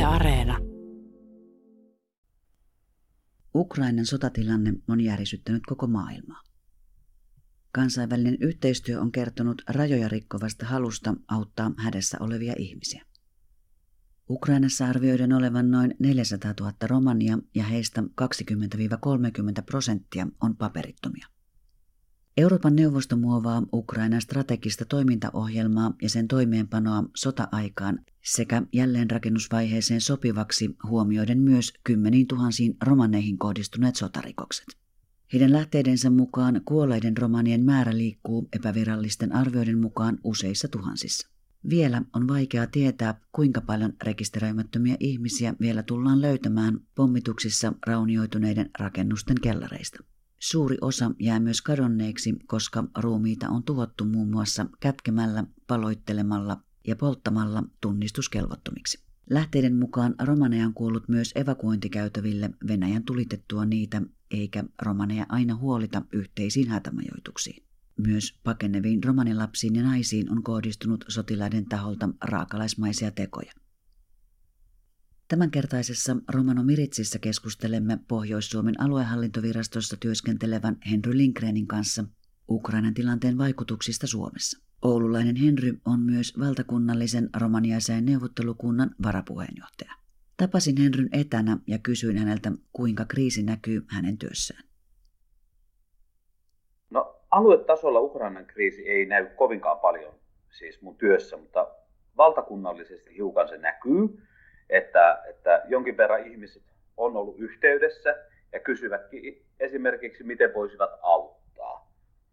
Areena. Ukrainan sotatilanne on järisyttänyt koko maailmaa. Kansainvälinen yhteistyö on kertonut rajoja rikkovasta halusta auttaa hädässä olevia ihmisiä. Ukrainassa arvioidaan olevan noin 400 000 romania ja heistä 20-30% on paperittomia. Euroopan neuvosto muovaa Ukrainan strategista toimintaohjelmaa ja sen toimeenpanoa sota-aikaan sekä jälleenrakennusvaiheeseen sopivaksi huomioiden myös kymmeniin tuhansiin romaneihin kohdistuneet sotarikokset. Heidän lähteidensä mukaan kuolleiden romanien määrä liikkuu epävirallisten arvioiden mukaan useissa tuhansissa. Vielä on vaikea tietää, kuinka paljon rekisteröimättömiä ihmisiä vielä tullaan löytämään pommituksissa raunioituneiden rakennusten kellareista. Suuri osa jää myös kadonneeksi, koska ruumiita on tuhottu muun muassa kätkemällä, paloittelemalla ja polttamalla tunnistuskelvottomiksi. Lähteiden mukaan romaneja on kuollut myös evakuointikäytäville Venäjän tulitettua niitä, eikä romaneja aina huolita yhteisiin hätämajoituksiin. Myös pakeneviin romanilapsiin ja naisiin on kohdistunut sotilaiden taholta raakalaismaisia tekoja. Tämänkertaisessa Romano Miritsissä keskustelemme Pohjois-Suomen aluehallintovirastossa työskentelevän Henry Lindgrenin kanssa Ukrainan tilanteen vaikutuksista Suomessa. Oululainen Henry on myös valtakunnallisen romaniasain neuvottelukunnan varapuheenjohtaja. Tapasin Henryn etänä ja kysyin häneltä, kuinka kriisi näkyy hänen työssään. No, aluetasolla Ukrainan kriisi ei näy kovinkaan paljon siis mun työssä, mutta valtakunnallisesti hiukan se näkyy, että jonkin verran ihmiset on ollut yhteydessä ja kysyvätkin esimerkiksi, miten voisivat auttaa.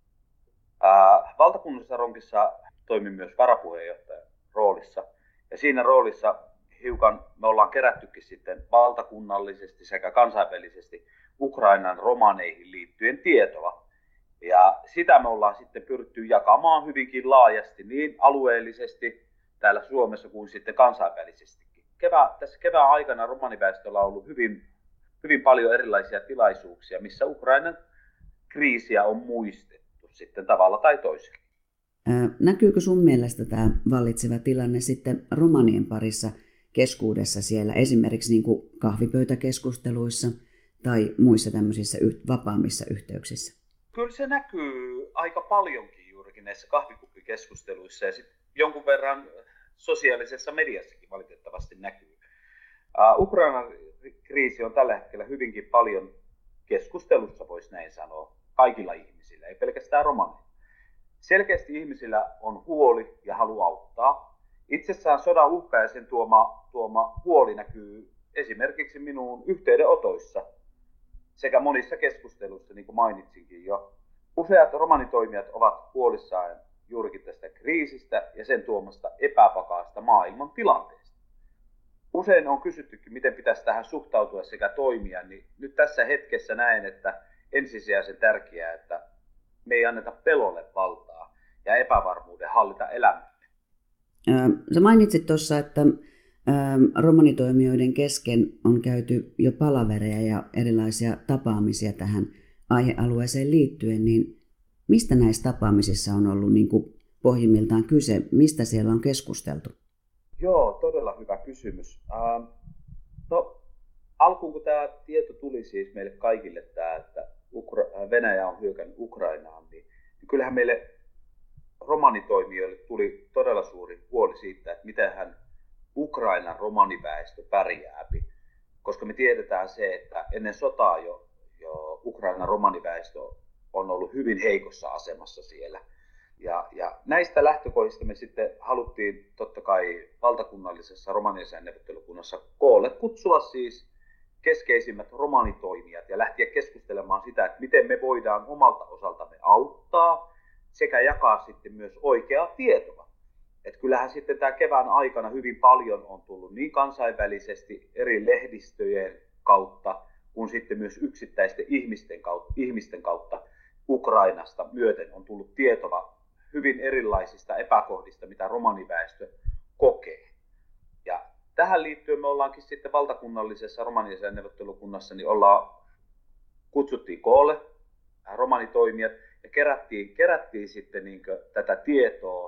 Valtakunnallisessa ronkissa toimin myös varapuheenjohtajan roolissa ja siinä roolissa hiukan me ollaan kerättykin sitten valtakunnallisesti sekä kansainvälisesti Ukrainan romaneihin liittyen tietoa. Ja sitä me ollaan sitten pyritty jakamaan hyvinkin laajasti niin alueellisesti täällä Suomessa kuin sitten kansainvälisestikin. Tässä kevään aikana romaniväestöllä on ollut hyvin paljon erilaisia tilaisuuksia, missä Ukrainan kriisiä on muistettu sitten tavalla tai toisella. Näkyykö sun mielestä tämä vallitseva tilanne sitten romanien parissa keskuudessa siellä, esimerkiksi niin kuin kahvipöytäkeskusteluissa tai muissa tämmöisissä vapaammissa yhteyksissä? Kyllä se näkyy aika paljonkin juurikin näissä kahvikuppikeskusteluissa ja sitten jonkun verran sosiaalisessa mediassakin valitettavasti näkyy. Ukrainan kriisi on tällä hetkellä hyvinkin paljon keskustelussa, voisi näin sanoa, kaikilla ihmisillä, ei pelkästään romaneilla. Selkeästi ihmisillä on huoli ja halu auttaa. Itsessään sodan uhka ja sen tuoma huoli näkyy esimerkiksi minun yhteydenotoissa sekä monissa keskusteluissa, niin kuin mainitsinkin jo. Useat romanitoimijat ovat huolissaan juurikin tästä kriisistä ja sen tuomasta epävakaasta maailman tilanteesta. Usein on kysyttykin, miten pitäisi tähän suhtautua sekä toimia, niin nyt tässä hetkessä näen, että ensisijaisen tärkeää, että me ei anneta pelolle valtaa ja epävarmuuden hallita elämämme. Sä mainitsit tuossa, että romanitoimijoiden kesken on käyty jo palavereja ja erilaisia tapaamisia tähän aihealueeseen liittyen, niin mistä näissä tapaamisissa on ollut niin kuin pohjimmiltaan kyse? Mistä siellä on keskusteltu? Joo, todella hyvä kysymys. No, alkuun kun tämä tieto tuli siis meille kaikille, että Venäjä on hyökännyt Ukrainaan, niin kyllähän meille romanitoimijoille tuli todella suuri huoli siitä, että mitenhän Ukrainan romaniväestö pärjää. Koska me tiedetään se, että ennen sotaa jo Ukrainan romaniväestö on ollut hyvin heikossa asemassa siellä. Ja näistä lähtökohdista me sitten haluttiin totta kai valtakunnallisessa romaniasain neuvottelukunnassa koolle kutsua siis keskeisimmät romanitoimijat ja lähteä keskustelemaan sitä, että miten me voidaan omalta osaltamme auttaa sekä jakaa sitten myös oikeaa tietoa. Että kyllähän sitten tämä kevään aikana hyvin paljon on tullut niin kansainvälisesti eri lehdistöjen kautta kuin sitten myös yksittäisten ihmisten kautta Ukrainasta myöten on tullut tietoa hyvin erilaisista epäkohdista, mitä romaniväestö kokee. Ja tähän liittyen me ollaankin sitten valtakunnallisessa romaniasain neuvottelukunnassa, niin kutsuttiin koolle romanitoimijat ja kerättiin sitten tätä tietoa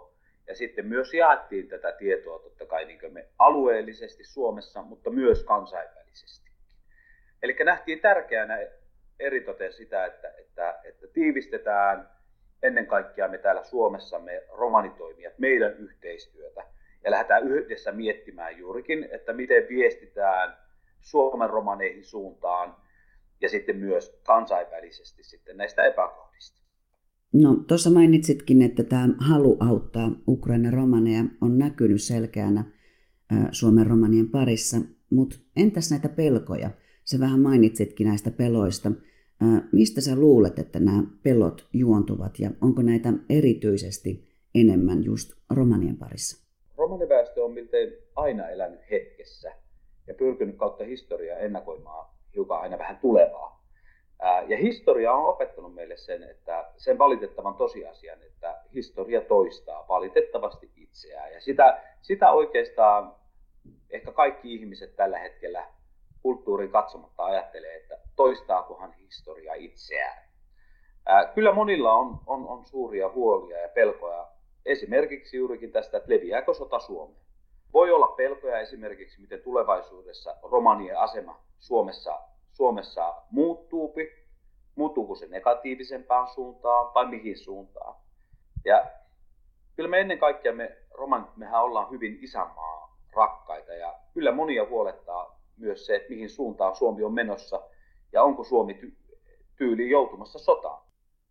Ja sitten myös jaettiin tätä tietoa totta kai niin me alueellisesti Suomessa, mutta myös kansainvälisesti. Eli nähtiin tärkeänä eritoten sitä, että tiivistetään ennen kaikkea me täällä Suomessa, me romanitoimijat, meidän yhteistyötä. Ja lähdetään yhdessä miettimään juurikin, että miten viestitään Suomen romaneihin suuntaan ja sitten myös kansainvälisesti sitten näistä epäkohdista. No tuossa mainitsitkin, että tämä halu auttaa Ukrainan romaneja on näkynyt selkeänä Suomen romanien parissa, mutta entäs näitä pelkoja? Sä vähän mainitsitkin näistä peloista. Mistä sä luulet, että nämä pelot juontuvat ja onko näitä erityisesti enemmän just romanien parissa? Romaniväestö on miltei aina elänyt hetkessä ja pyrkinyt kautta historiaa ennakoimaan hiukan aina vähän tulevaa. Ja historia on opettanut meille sen valitettavan tosiasian, että historia toistaa valitettavasti itseään. Ja sitä oikeastaan ehkä kaikki ihmiset tällä hetkellä kulttuurin katsomatta ajattelee, että toistaakohan historia itseään. Kyllä monilla on suuria huolia ja pelkoja. Esimerkiksi juurikin tästä, että leviääkö sota Suomeen. Voi olla pelkoja esimerkiksi, miten tulevaisuudessa romanien asema Suomessa muuttuuko se negatiivisempaan suuntaan vai mihin suuntaan. Ja kyllä me ennen kaikkea mehän ollaan hyvin isänmaa rakkaita ja kyllä monia huolettaa myös se, että mihin suuntaan Suomi on menossa ja onko Suomi tyyliin joutumassa sotaan.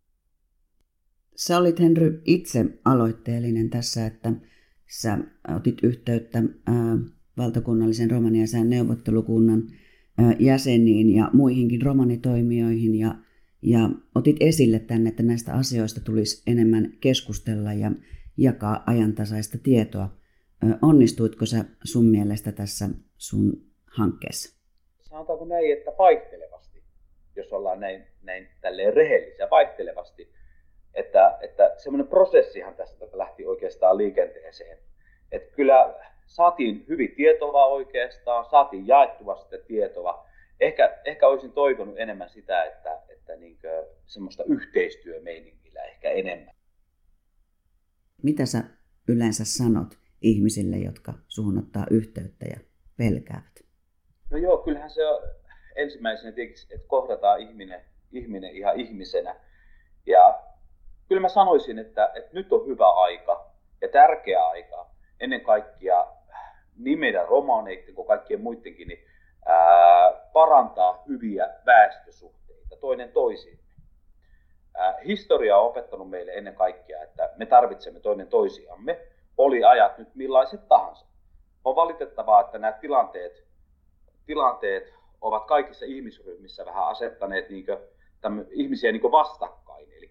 Sä olit, Henry, itse aloitteellinen tässä, että sä otit yhteyttä valtakunnallisen romaniasiain neuvottelukunnan jäseniin ja muihinkin romanitoimijoihin ja otit esille tänne, että näistä asioista tulisi enemmän keskustella ja jakaa ajantasaista tietoa. Onnistuitko sä sun mielestä tässä sun hankkeessa? Sanotaanko näin, että vaihtelevasti, jos ollaan näin tälleen rehellisiä, vaihtelevasti. Että semmoinen prosessihan tästä lähti oikeastaan liikenteeseen. Että kyllä saatiin hyvin tietoa oikeastaan, saatiin jaettua sitä tietoa. Ehkä olisin toivonut enemmän sitä, että semmoista yhteistyömeiningillä ehkä enemmän. Mitä sä yleensä sanot ihmisille, jotka suhun ottaa yhteyttä ja pelkäävät? No joo, kyllähän se on ensimmäisenä tietysti, että kohdataan ihminen ihan ihmisenä. Ja kyllä mä sanoisin, että nyt on hyvä aika ja tärkeä aika ennen kaikkea niin meidän romaneiden kuin kaikkien muidenkin niin, parantaa hyviä väestösuhteita toinen toisiimme. Historia on opettanut meille ennen kaikkea, että me tarvitsemme toinen toisiamme, oli ajat nyt millaiset tahansa. On valitettavaa, että nämä tilanteet ovat kaikissa ihmisryhmissä vähän asettaneet ihmisiä vastakkain. Eli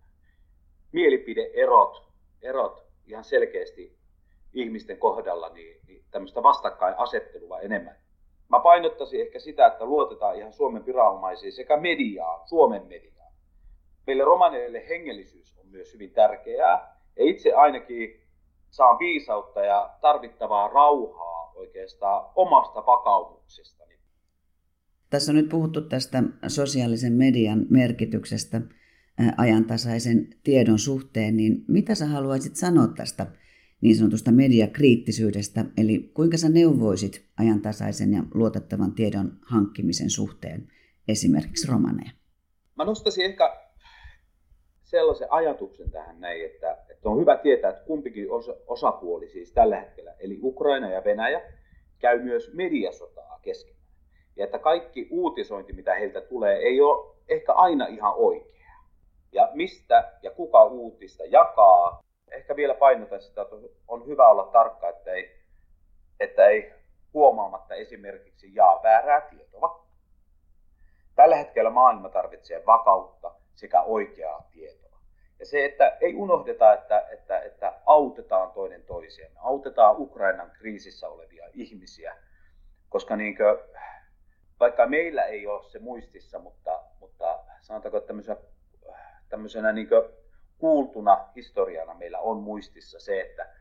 mielipideerot ihan selkeästi ihmisten kohdalla, niin tämmöistä vastakkainasettelua enemmän. Mä painottaisin ehkä sitä, että luotetaan ihan Suomen viranomaisiin sekä mediaan, Suomen mediaan. Meille romaneille hengellisyys on myös hyvin tärkeää. Ja itse ainakin saan viisautta ja tarvittavaa rauhaa oikeastaan omasta vakaumuksestani. Tässä on nyt puhuttu tästä sosiaalisen median merkityksestä ajantasaisen tiedon suhteen, niin mitä sä haluaisit sanoa tästä niin sanotusta mediakriittisyydestä, eli kuinka sä neuvoisit ajantasaisen ja luotettavan tiedon hankkimisen suhteen esimerkiksi romaneja? Mä nostaisin ehkä sellaisen ajatuksen tähän näin, että on hyvä tietää, että kumpikin osapuoli siis tällä hetkellä, eli Ukraina ja Venäjä, käy myös mediasotaa keskenään. Ja että kaikki uutisointi, mitä heiltä tulee, ei ole ehkä aina ihan oikea. Ja mistä ja kuka uutista jakaa. Ehkä vielä painotan sitä, että on hyvä olla tarkka, että ei huomaamatta esimerkiksi jaa väärää tietoa. Tällä hetkellä maailma tarvitsee vakautta sekä oikeaa tietoa. Ja se, että ei unohdeta, että autetaan toinen toisiamme, autetaan Ukrainan kriisissä olevia ihmisiä, koska vaikka meillä ei ole se muistissa, mutta sanotaanko tämmöisenä kuultuna historiana meillä on muistissa se, että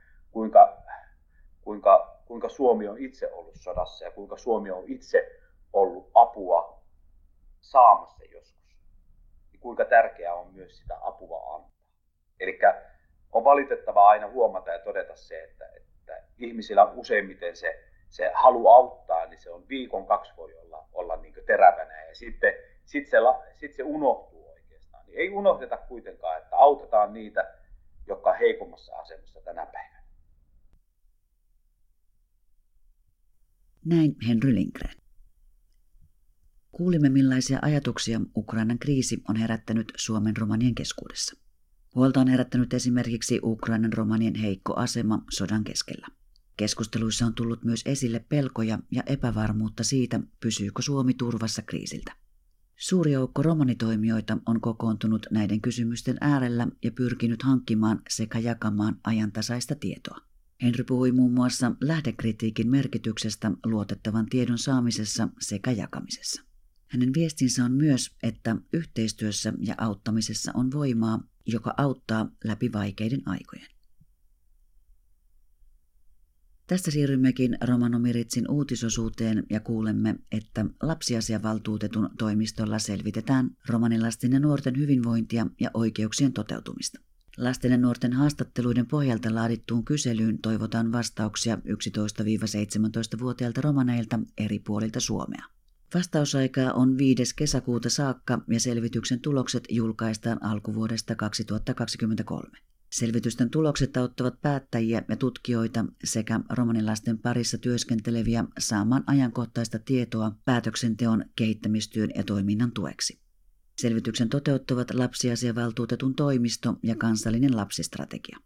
kuinka Suomi on itse ollut sodassa ja kuinka Suomi on itse ollut apua saamassa joskus. Ja kuinka tärkeää on myös sitä apua antaa. Eli on valitettavaa aina huomata ja todeta se, että ihmisillä useimmiten se halu auttaa, niin se on viikon 2 voi olla niin kuin terävänä ja sitten se unohtuu oikeastaan. Niin ei unohdeta kuitenkaan, että autetaan niitä, jotka on heikommassa asemassa tänä päivänä. Näin Henry Lindgren. Kuulimme, millaisia ajatuksia Ukrainan kriisi on herättänyt Suomen romanien keskuudessa. Huolta on herättänyt esimerkiksi Ukrainan romanien heikko asema sodan keskellä. Keskusteluissa on tullut myös esille pelkoja ja epävarmuutta siitä, pysyykö Suomi turvassa kriisiltä. Suuri joukko romanitoimijoita on kokoontunut näiden kysymysten äärellä ja pyrkinyt hankkimaan sekä jakamaan ajantasaista tietoa. Henry puhui muun muassa lähdekritiikin merkityksestä luotettavan tiedon saamisessa sekä jakamisessa. Hänen viestinsä on myös, että yhteistyössä ja auttamisessa on voimaa, joka auttaa läpi vaikeiden aikojen. Tästä siirrymmekin Romano-Miritsin uutisosuuteen ja kuulemme, että lapsiasiavaltuutetun toimistolla selvitetään romanilasten ja nuorten hyvinvointia ja oikeuksien toteutumista. Lasten ja nuorten haastatteluiden pohjalta laadittuun kyselyyn toivotaan vastauksia 11–17-vuotiailta romaneilta eri puolilta Suomea. Vastausaikaa on 5. kesäkuuta saakka ja selvityksen tulokset julkaistaan alkuvuodesta 2023. Selvitysten tulokset auttavat päättäjiä ja tutkijoita sekä romanilasten parissa työskenteleviä saamaan ajankohtaista tietoa päätöksenteon, kehittämistyön ja toiminnan tueksi. Selvityksen toteuttavat lapsiasiavaltuutetun toimisto ja kansallinen lapsistrategia.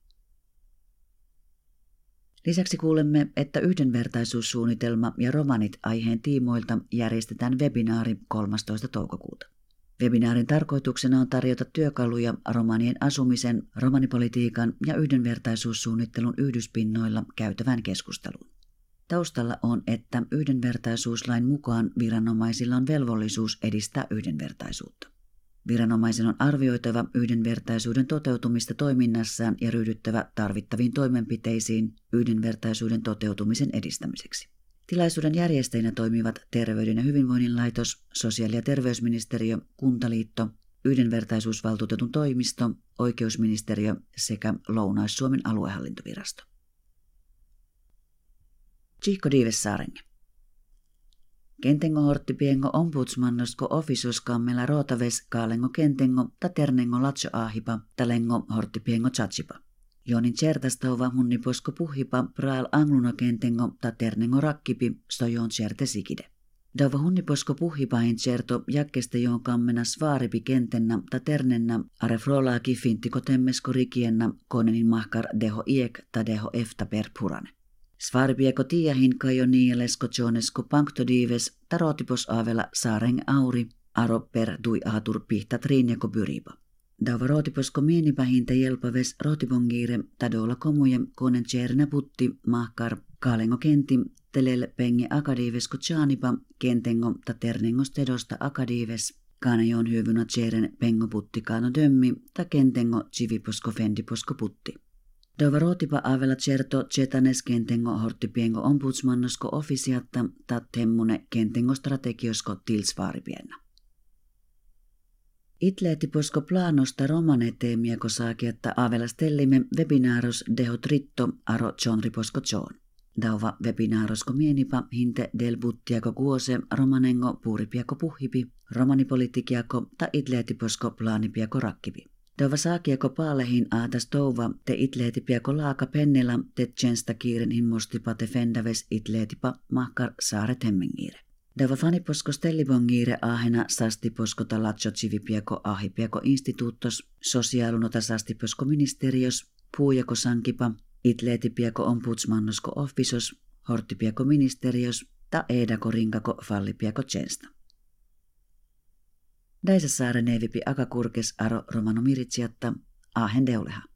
Lisäksi kuulemme, että yhdenvertaisuussuunnitelma ja romanit aiheen tiimoilta järjestetään webinaari 13. toukokuuta. Webinaarin tarkoituksena on tarjota työkaluja romanien asumisen, romanipolitiikan ja yhdenvertaisuussuunnittelun yhdyspinnoilla käytävään keskusteluun. Taustalla on, että yhdenvertaisuuslain mukaan viranomaisilla on velvollisuus edistää yhdenvertaisuutta. Viranomaisen on arvioitava yhdenvertaisuuden toteutumista toiminnassaan ja ryhdyttävä tarvittaviin toimenpiteisiin yhdenvertaisuuden toteutumisen edistämiseksi. Tilaisuuden järjestäjinä toimivat Terveyden ja hyvinvoinnin laitos, Sosiaali- ja terveysministeriö, Kuntaliitto, Yhdenvertaisuusvaltuutetun toimisto, Oikeusministeriö sekä Lounais-Suomen aluehallintovirasto. Chico Dives Saarenge. Kentengo horttipiengo ombudsmannosko offisoskammela rootaves kaalengo kentengo taternengo latso aahipa talengo horttipiengo chachipa. Joonin chertastauva hunniposko puhipa praal angluno kentengo taternengo rakkipi stojoon cherte sikide. Dauva hunniposko puhipahin cherto jakkeste joon kammena svaaripi kentenna taternenna arefrolaa kifinttiko temmesko rikienna konenin mahkar deho iek ta deho efta per purane. Svarbieko tiahin kajo nielesko jonesko panktodives tarotipos aavela saareng auri aro per dui aatur pihta trinjako byripa. Dauva rootiposko mienipähinte jelpaves rootipongire tadolla komuje konen tjernä putti mahkar kaalengo kenti telel pengi akadiivesko tjaanipa kentengo taternengos tedosta akadiives kaana joon hyvynä tjeren pengo putti kaano dömmi ta kentengo chiviposko fendiposko putti. Dauva rootipa avella certo cetanes kentengo horttipiengo ombudsmannosko officiatta ta temmune kentengo strategiosko tilsvaaripienna. Itleetiposko planosta romaneteemiako saakiatta avella stellime webinaaros deho tritto aro chonriposko chon. Dauva webinaarosko mienipa hinte del buttiako kuose romanengo puuripiako puhipi, romanipolitikiako ta itleetiposko plaanipiako rakkipi. Dauva saakiako paalehin aatas touva te itleetipiako laaka pennela te tjensta kiiren himmostipa te fendaves itleetipa mahkar saaret hemmengiire. Dauva faniposko stellibongiire aahena sastiposko talatso civipiako ahipiako instituuttos, sosiaalunota sastiposko ministerios, puujako sankipa, itleetipiako ombudsmannosko offisos, horttipiako ministerios ta eedako rinkako fallipiako tjensta. Daisa saare neevipi akakurkes aro Romano-Miritsiatta aahen deuleha.